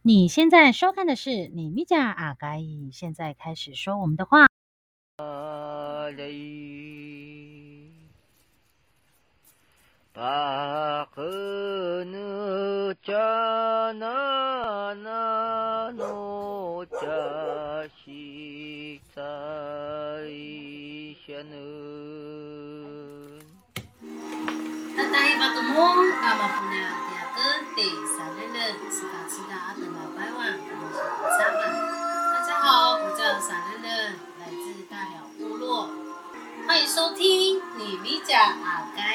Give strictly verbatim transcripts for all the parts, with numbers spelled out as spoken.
你现在收看的是你咪家阿该伊，现在开始说我们的话。 那大一把个梦，阿玛布娘第二个第三个人，是嘎吃嘎阿等老百万，我们是古萨们。大家好，我叫三个人，来自大寮部落，欢迎收听你咪家阿该。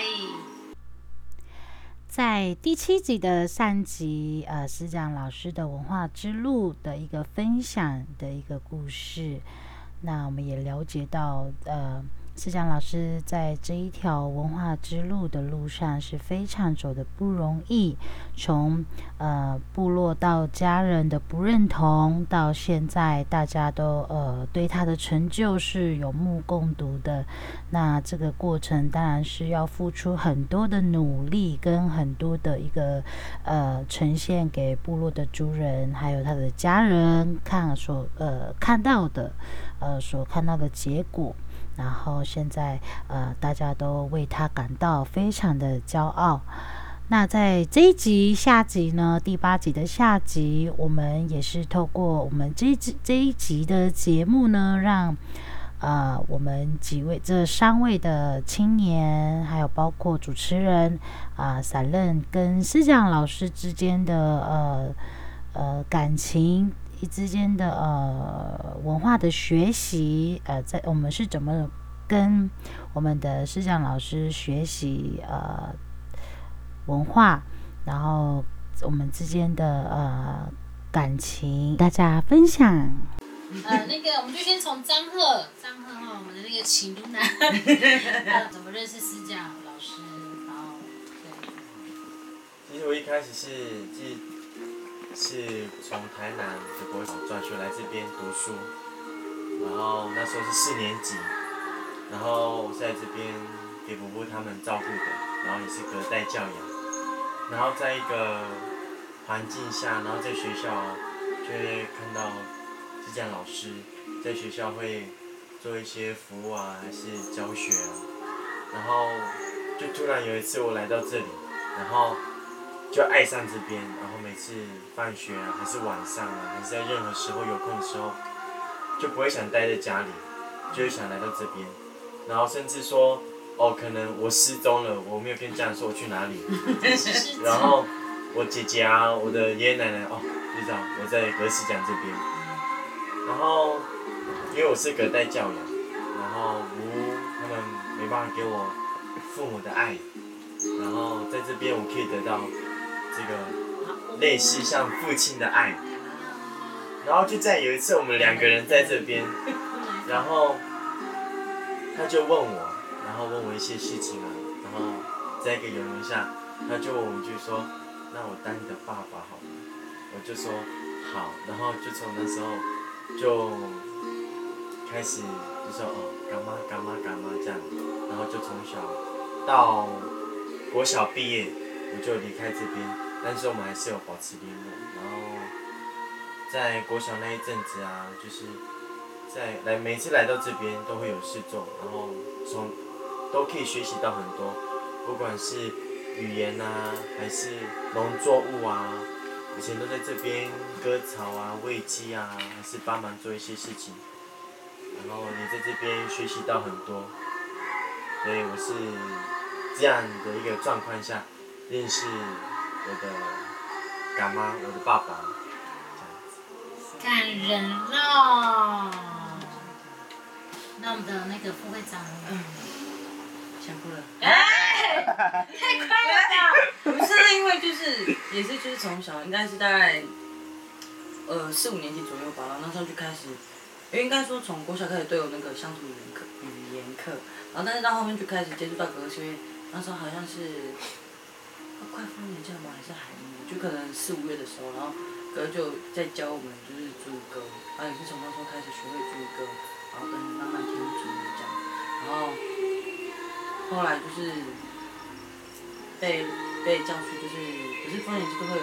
在第七集的上集，呃，师长老师的文化之路的一个分享的一个故事，那我们也了解到，呃。师长老师在这一条文化之路的路上是非常走的不容易，从呃部落到家人的不认同，到现在大家都呃对他的成就是有目共睹的。那这个过程当然是要付出很多的努力，跟很多的一个呃呈现给部落的族人，还有他的家人看所呃看到的呃所看到的结果。然后现在呃大家都为他感到非常的骄傲。那在这一集下集呢，第八集的下集，我们也是透过我们这一集这一集的节目呢，让呃我们几位这三位的青年，还有包括主持人啊、呃、散任跟师长老师之间的呃呃感情之间的呃文化的学习，呃，在我们是怎么跟我们的师长老师学习呃文化，然后我们之间的呃感情，大家分享。 呃，那个我们就先从张赫，张赫哈，我们的那个情男，呃，怎么认识师长老师？然后对。 其实我一开始是是。是从台南的国小转学来这边读书，然后那时候是四年级，然后我在这边给伯伯他们照顾的，然后也是隔代教养，然后在一个环境下，然后在学校就会看到是这样老师在学校会做一些服务啊，还是教学啊，然后就突然有一次我来到这里，然后就爱上这边，然后每次放学啊，还是晚上啊，还是在任何时候有空的时候，就不会想待在家里，就会想来到这边，然后甚至说，哦，可能我失踪了，我没有跟家人说我去哪里，然后我姐姐啊，我的爷爷奶奶，哦，就知道我在格师讲这边，然后因为我是隔代教养，然后无他们没办法给我父母的爱，然后在这边我可以得到这个类似像父亲的爱，然后就在有一次我们两个人在这边，然后他就问我，然后问我一些事情啊，然后在一个游轮下，他就问我一句说，那我当你的爸爸好吗？我就说好，然后就从那时候就开始就说哦干妈干妈干妈这样，然后就从小到国小毕业我就离开这边。但是我们还是有保持联络，然后在国小那一阵子啊，就是在来每次来到这边都会有事做，然后从都可以学习到很多，不管是语言啊，还是农作物啊，以前都在这边割草啊、喂鸡啊，还是帮忙做一些事情，然后也在这边学习到很多，所以我是这样的一个状况下认识我的干妈，我的爸爸， 这样子。感人了。那我们的那个副会长，嗯， 想哭了。 哎，太快了吧！ 不是因为就是也是就是从小应该是大概呃四五年级左右吧，然后那时候就开始，因为应该说从国小开始都有那个乡土语言课语言课，然后但是到后面就开始接触到格式乐，那时候好像是。快丰年假吗？还是还没？就可能四五月的时候，然后哥就在教我们就是主语歌，然后也是从那时候开始学会主语歌，然后跟慢慢听主语这样，然后后来就是被被叫去，就是不是丰年祭都会有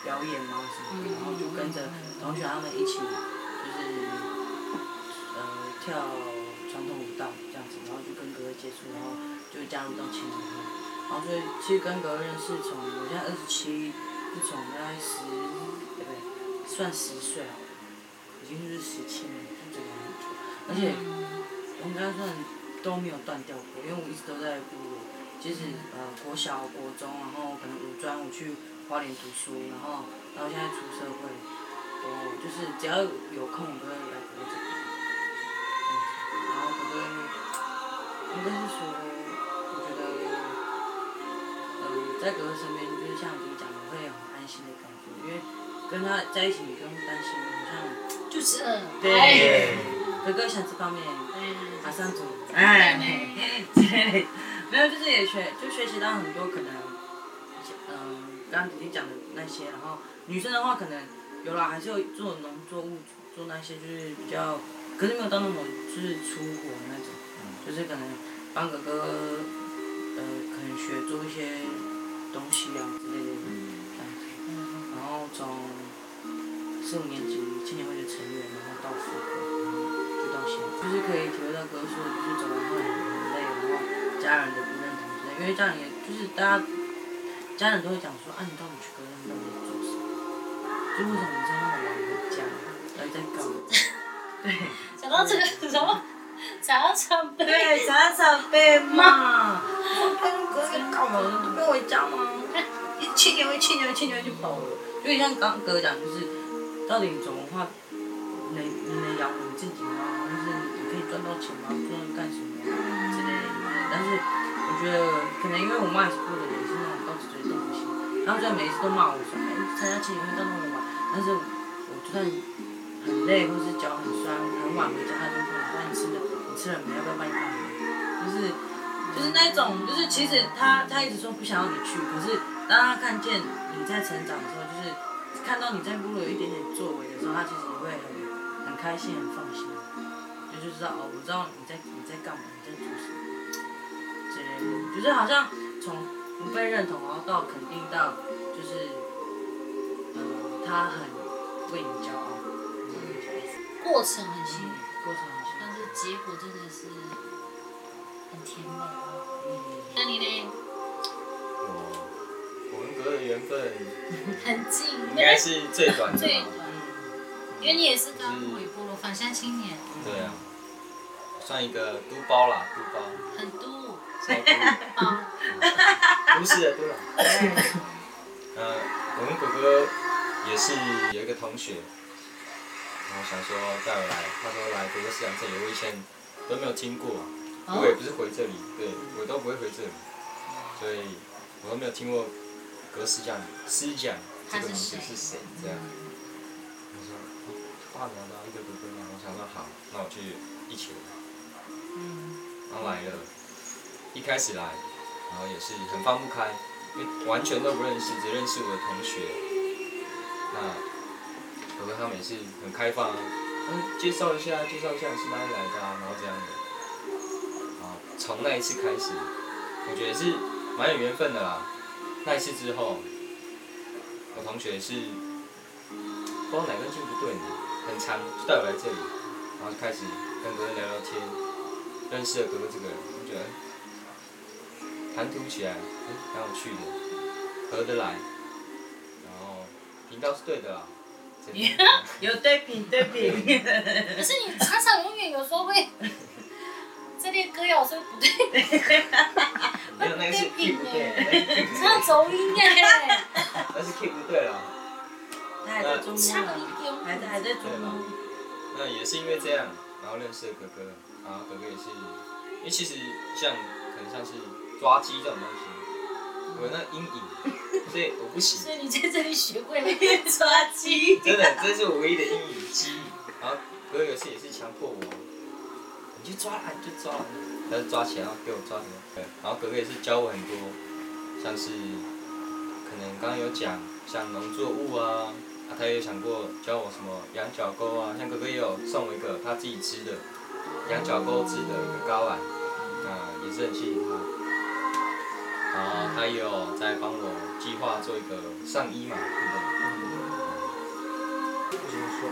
表演嘛什么的，然后就跟着同学他们一起就是呃跳传统舞蹈这样子，然后就跟哥哥接触，然后就加入到青年会，然后所以其实跟哥哥认识从我现在二十七，是从大概十，对不对？算十岁好了，已经是十七年，就整个很久，而且我应该算都没有断掉过，因为我一直都在部落。即使呃国小、国中，然后可能五专我去花莲读书，然后然后现在出社会，我就是只要有空我都会来哥哥这边，嗯，然后哥哥应该是说，我觉得呃在哥哥身边就是像你讲的会很安心的感觉，因为跟他在一起你不用担心，好像就是对哥哥想这方面马上煮，哎之类的。没有，就是也学，就学习到很多可能，嗯，刚刚弟弟讲的那些，然后女生的话可能有啦，还是有做农作物，做那些就是比较，可是没有到那种就是出火那种，就是可能帮哥哥，呃，可能学做一些东西啊之类的，这样子，然后从四五年级青年会的成员，然后到副歌，就到现在，就是可以体会到哥说的，就是走完会很很累，然后。家人的不认同之类，因为家人也就是大家家人都会讲说啊，你到底去哥那边到底在做什么？就为什么你在那么晚回家，到底在干嘛？对。 讲到这个什么，常常被。 对，常常被骂。我跟哥在干嘛？都不回家吗？一七年回七年回七年就跑了。就像刚哥讲，就是到底你种文化能你能养活你自己吗？就是你可以赚到钱吗？赚到干什么之类的。但是我觉得可能因为我妈也是部落的，也是那种高级追动物型，然后就每一次都骂我说，哎，参加青年会到那么晚，但是我就算很累或是脚很酸，很晚回家，他就说，那你吃的，你吃了没？要不要帮你按摩？就是就是那种，就是其实他他一直说不想要你去，可是当他看见你在成长的时候，就是看到你在部落有一点点作为的时候，他其实也会很很开心，很放心，就就知道哦，我知道你在你在干嘛，你在做什么。就是好像从不被认同，然后到肯定到，就是，呃，他很为你骄傲， 过程很辛苦， 过程很辛苦， 但是结果真的是很甜美。嗯，那你呢？ 我我跟哥的缘分很近， 应该是最短的。 最短，因为你也是刚回部落返乡青年。 对啊，算一个都包啦，都包。 很都。 超都。 包。 都市的都啦。呃，我跟哥哥也是有一个同学，然后想说带我来，他说来哥哥思想这里，我以前都没有听过，我也不是回这里，对我都不会回这里，所以我都没有听过哥思讲思讲这个名字是谁这样。我说哇，聊到一个哥哥嘛，我想说好，那我去一起来。然后来了，一开始来，然后也是很放不开，因为完全都不认识，只认识我的同学。那哥哥他们也是很开放啊，嗯，介绍一下，介绍一下你是哪里来的啊，然后这样的。啊，从那一次开始，我觉得是蛮有缘分的啦。那一次之后，我同学是不知道哪根筋不对呢，很长就带我来这里，然后就开始跟哥哥聊聊天，认识了哥哥这个人，我觉得谈吐起来，嗯，蛮有趣的，合得来，然后频道是对的啦。 有对比对比。 可是你常常永远有时候会，这类歌谣是不对。 没有，那个是 key 不对， 唱走音哎。 那是 key 不对啦。 他还在中唱摸， 一点。 还在还在中摸。 那也是因为这样，然后认识了哥哥，然后哥哥也是，因为其实像可能像是抓鸡这种东西，我有那阴影，所以我不行。 所以你在这里学会了抓鸡。 真的，这是我唯一的阴影鸡。然后哥哥有次也是强迫我，你就抓啦，你就抓啦，他就抓起来，然后给我抓起来。对，然后哥哥也是教我很多，像是可能刚刚有讲像农作物啊。啊，他也有想过教我什么羊角沟啊，像哥哥也有送我一个他自己织的羊角沟织的一个高矮，啊，也是很谢谢他。然后他也有在帮我计划做一个上衣嘛，对不对？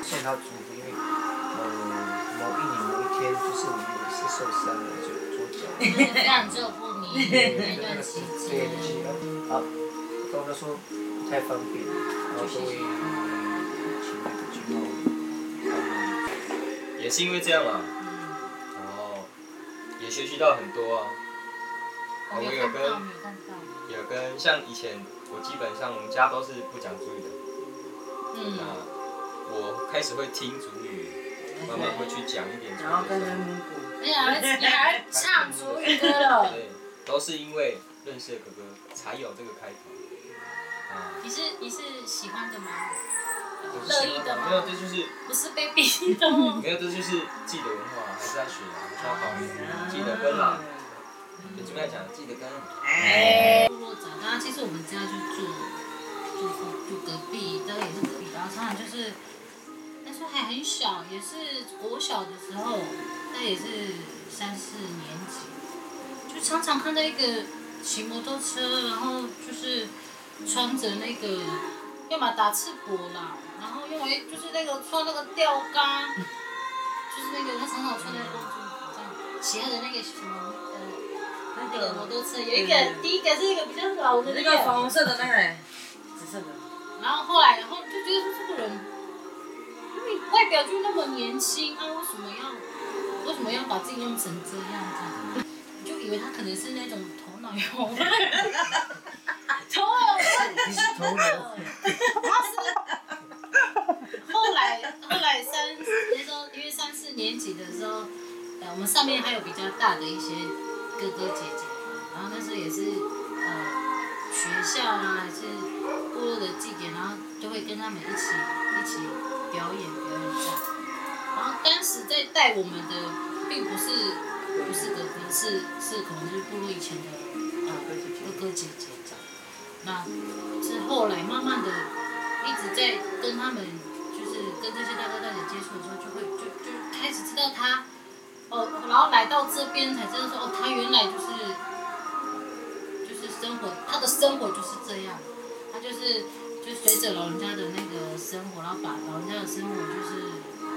向他祝福，因为呃某一年某一天，就是我有一次受伤了，就左脚。 就是非常照顾你那段期对， 间。 期啊，到那时候不太方便，然后都会请那个军号帮忙。 也是因为这样啊，然后也学习到很多啊。 我没我有有看到， 跟没有看到。 有跟像以前我基本上我们家都是不讲主语的， 嗯。 那我开始会听主语，慢慢会去讲一点主语然后跟的时候， 人蒙古， 你还你还唱主语歌了？ 对，都是因为认识了哥哥才有这个开头。啊， 你是你是喜欢的吗？ 我是乐意的喜欢没有， 吗？ 这就是不是被逼的吗？ 没有，这就是自己的文化，还是要学啊，还是要保留，记得跟啦。就这么样讲，记得跟。 哎，部落长大，其实我们家就住住附住隔壁，都也是隔壁，然后常常就是那时候还很小，也是国小的时候，那也是三四年级，就常常看到一个骑摩托车，然后就是穿着那个要么打赤膊啦，然后用为就是那个穿那个吊杆，就是那个他常常穿那个公主服这样，骑他的那个什么呃。那个摩托车有一个，第一个是一个比较老的那那个粉个， 红色的那个，紫色的。 然后后来，然后就觉得说这个人，因为外表就那么年轻，啊，为什么要，为什么要把自己弄成这样子？就以为他可能是那种头脑有问题，头脑有问题， 你是头脑。 他是后来后来三那时候因为三四年级的时候，呃，我们上面还有比较大的一些。哥哥姐姐，然后那时候也是呃学校啊，还是部落的祭典，然后就会跟他们一起一起表演表演这样。然后当时在带我们的并不是不是哥哥，是是可能是部落以前的呃哥哥姐姐这样。那是后来慢慢的一直在跟他们，就是跟这些大哥大姐接触的时候，就会就就开始知道他。哦，然后来到这边才知道说，哦，他原来就是就是生活，他的生活就是这样，他就是就随着老人家的那个生活，然后把老人家的生活就是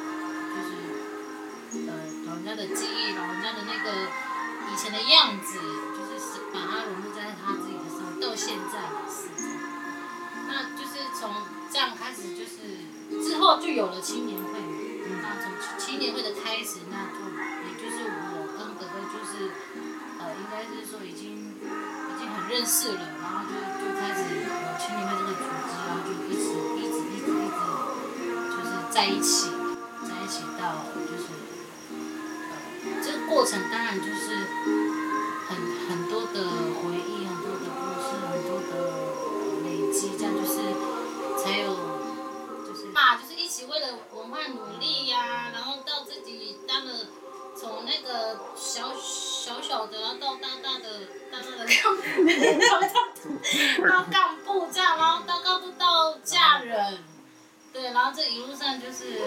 就是呃老人家的记忆，老人家的那个以前的样子，就是把它融入在他自己的生活，到现在也是这样。那就是从这样开始，就是之后就有了青年会，那从青年会的开始，那就。就是我跟哥哥就是，呃，应该是说已经已经很认识了，然后就就开始有青年会这个组织，然后就一直一直一直一直就是在一起，在一起到就是呃这个过程当然就是很很多的回忆，很多的故事，很多的累积，这样就是才有就是嘛，就是一起为了文化努力呀、啊，然后到自己当了。从那个小小小的，然后到大大的、大大的干部，到干部这样，然后到干部到嫁人，对，然后这一路上就是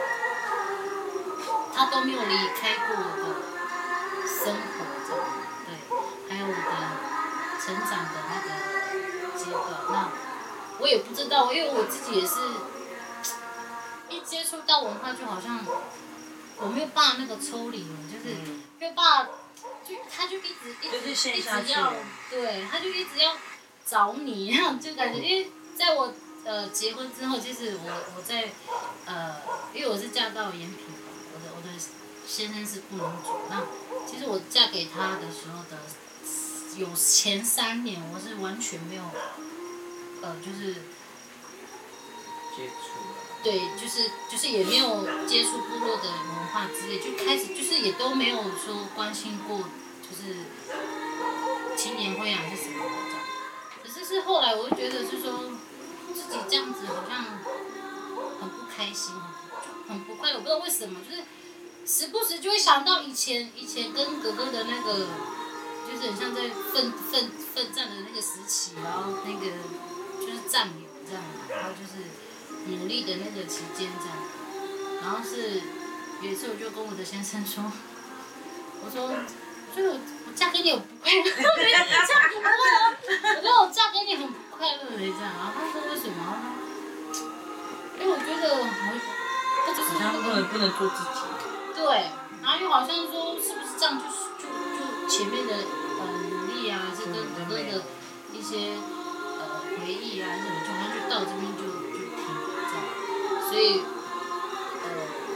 他都没有离开过我的生活，这样，对，还有我的成长的那个阶段。那我也不知道，因为我自己也是一接触到文化，就好像。我没有办法那个抽离了，就是没有办法，就他就一直一直一直要，对，他就一直要找你，然后就感觉，因为在我呃结婚之后，其实我我在呃，因为我是嫁到延平嘛，我的我的先生是布农族，那其实我嫁给他的时候的有前三年，我是完全没有，呃，就是接触。 对，就是就是也没有接触部落的文化之类，就开始就是也都没有说关心过，就是青年会啊还是什么的这样。可是是后来我就觉得是说自己这样子好像很不开心，就很不快乐，我不知道为什么，就是时不时就会想到以前以前跟哥哥的那个，就是很像在奋奋奋战的那个时期，然后那个就是战友这样，然后就是。努力的那个期间这样，然后是有一次我就跟我的先生说，我说，所以我我嫁给你我不快乐，这样不快乐，我说我嫁给你很不快乐的这样，然后他说为什么？因为我觉得我就是好像不能不能做自己。 对，然后又好像说是不是这样就是就就前面的呃努力啊，还是跟哥哥的一些呃回忆啊什么，就好像就到这边就就停了这样，所以呃，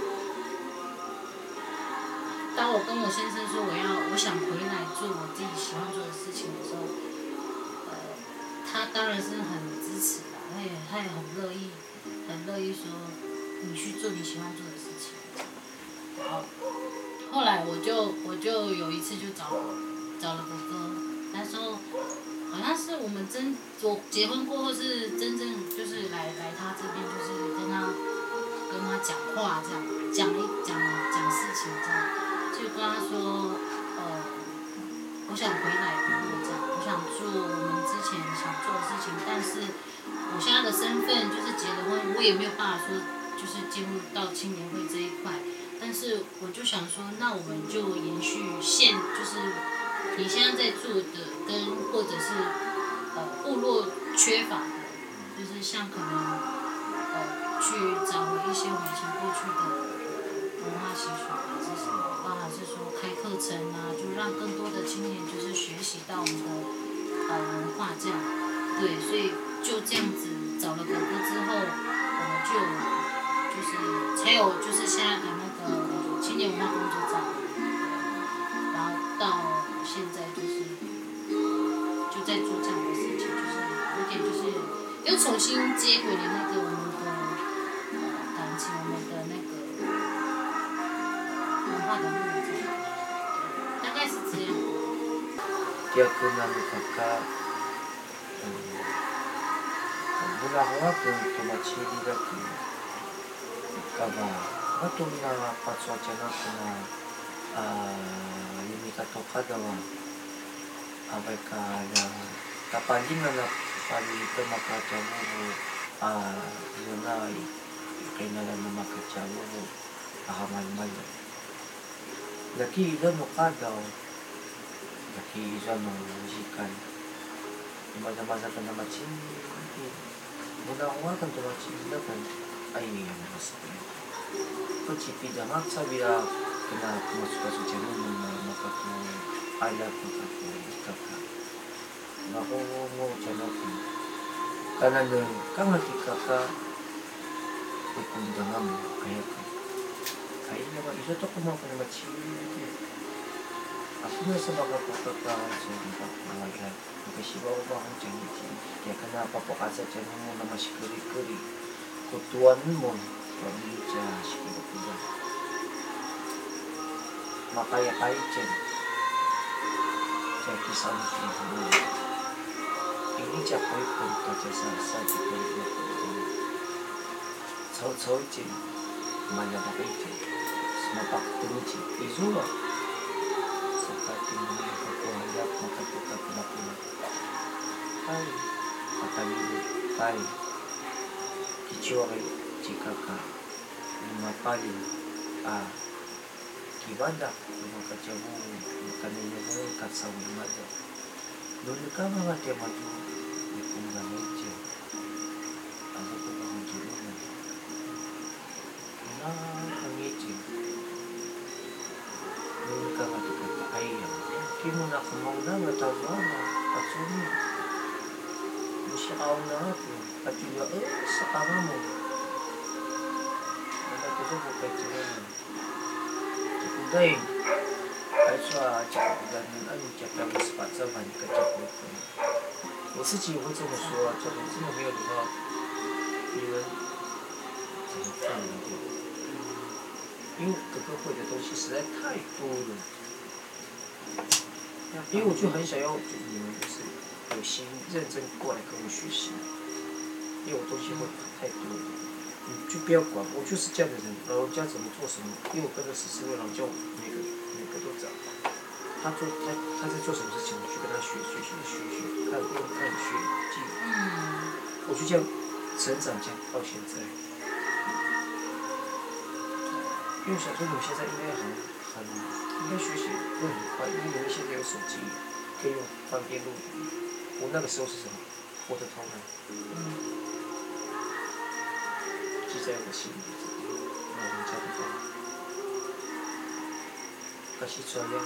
当我跟我先生说我要我想回来做我自己喜欢做的事情的时候，呃，他当然是很支持的，他也他也很乐意很乐意说你去做你喜欢做的事情。然后后来我就我就有一次就找找了哥哥，那时候好像是我们真我结婚过后是真正就是来来他这边就是跟他跟他讲话这样讲一讲讲事情这样，就跟他说呃我想回来这样，我想做我们之前想做的事情，但是我现在的身份就是结了婚，我也没有办法说就是进入到青年会这一块。但是我就想说，那我们就延续现，就是你现在在做的，跟或者是呃部落缺乏的，就是像可能呃去找回一些我们以前过去的文化习俗，还是什么，包含是说开课程啊，就让更多的青年就是学习到我们的呃文化这样。对，所以就这样子找了哥哥之后，我们就就是才有就是现在的那个青年文化工作站，然后到现在就是就在做这样的事情，就是有点就是又重新接回了那个我们的呃感情，我们的那个文化的路子，大概是这样。 逆なのかか、mula hawapun tumachili daki kama hatun na patswacha na kuna yumikato kadawa abay ka na kapalingan na palito makachawu yunay kailangan na makachawu ahamal-mal laki ilan no kadaw laki ilan no musikan maza-maza ka na machili mula hawakan tumachili dakan ay niyan na masabi Kucipidamak sabira kena masuk ke channel maka tu ala maka tu kakak. Maka mo channel tu. Karena dengan kang hati kakak hukum dengan kaya tu. Kaya ni apa? Isu tu kau kena macam ni. Aku ni sebab aku kakak sebab malaikat. Maka siapa orang macam ni. Dia kena apa apa asal channel mo nama sikuri kuri. Kutuan mo. Pembica sekitar tiga, makanya kaitjen, saya kisah ini ini capai pun kerja saya di dalam itu, cau cau jen, mana dapat jen, semua tinggi jen, itu lah, seperti mana aku hayat maka kita kena kena, hai, kata ini, hai, kecuali jika kah lima kali ah kibada lima kacabu kanina mo katsawu mada dulu ka mga tiya maju di kumbameche ako ko ang jiruna na kangeche dulu ka nga tukata ayam kimo na kumauna nga tawara katsuni musya kaon na ako at yun eh sa kama mo itu bukan cerita. Kemudian, saya cakap dengan anu cakap sempat zaman kerja pun. 我自己也会这么说，这种这么没有礼貌，你们怎么看呢？因为哥哥会的东西实在太多了，因为我就很想要你们就是有心认真过来跟我学习，因为我东西会太多了。你就不要管，我就是这样的人。老人家怎么做什么，因为我跟着十四位老教，每个每个都长。他做他他在做什么事情，我去跟他学学学学学，看问看学记。我就这样成长，这样到现在。因为我想说你们现在应该很很应该学习会很快，因为你们现在有手机，可以用方便录影。我那个时候是什么？我的头脑。记在我心里。 我家的饭。可是这样，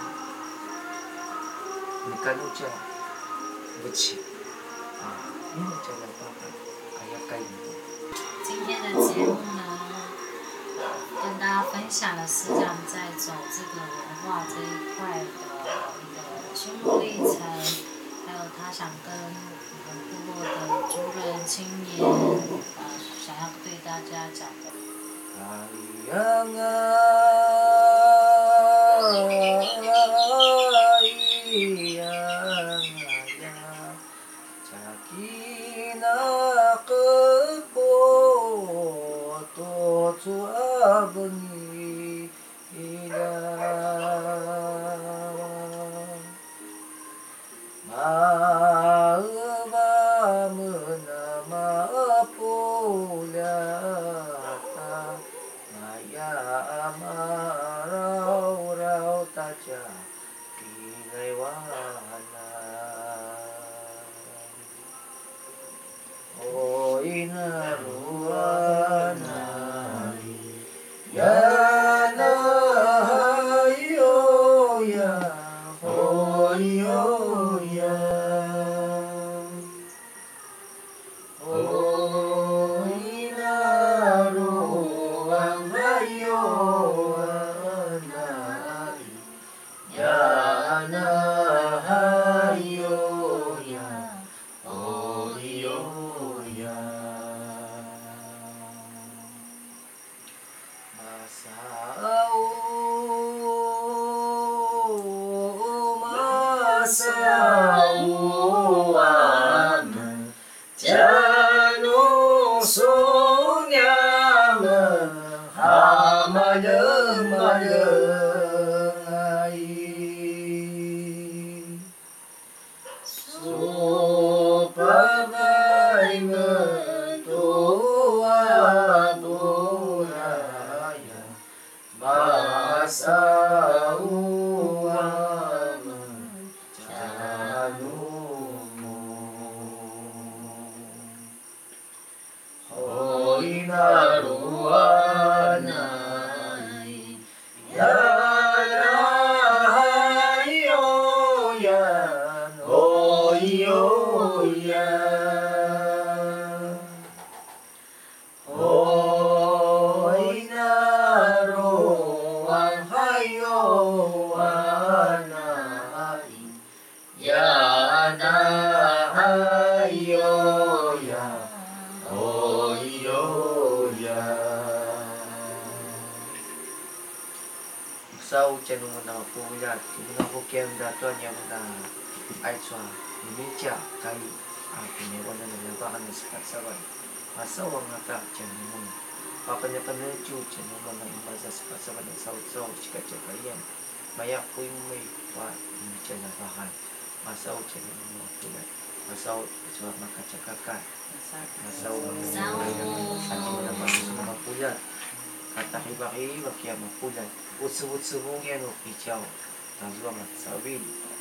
你干路家不起啊，你们家的爸爸还要改你。 今天的节目呢，跟大家分享了师长在走这个文化这一块的一个心路历程，还有他想跟我们部落的族人青年，呃，想要对大家讲的。 Ayang ayang ayang Cakina kepo Totu abni ilang Maaba menama pulata Maya amarau rau taja Pinaiwana O inaruana Yana hayo ya Hoyo ya O inaruan hayo anai Yana hayo ya Hoyo ya Masau Masauan Janu sunyam Hamayem ayai Supagai metua buraya Masauan janumu Hoinaruanai Yana hayo yan Hoyo yan Hoinaruan hayo anai Yana hayo yan Hoyo yan Sau chân muna na po yan Muna po kiyang datuan niya muna Ay chua Nimidya kay Pinewan na nalabakan na sikat sabay Masawang ngata dyan mo Papanya-panachu dyan mo mga imbasa sikat sabay ng saw-saw sikat dyan kayan Maya po yung may pa Nimidya nabakan Masaw dyan mo mga tulad Masaw Suwa makatsakakan Masaw Masaw na mga sa mga pulat Kataki-baki Wakia mapulat Utsu-utsu mong yan o Ichaw Tazwa matsawin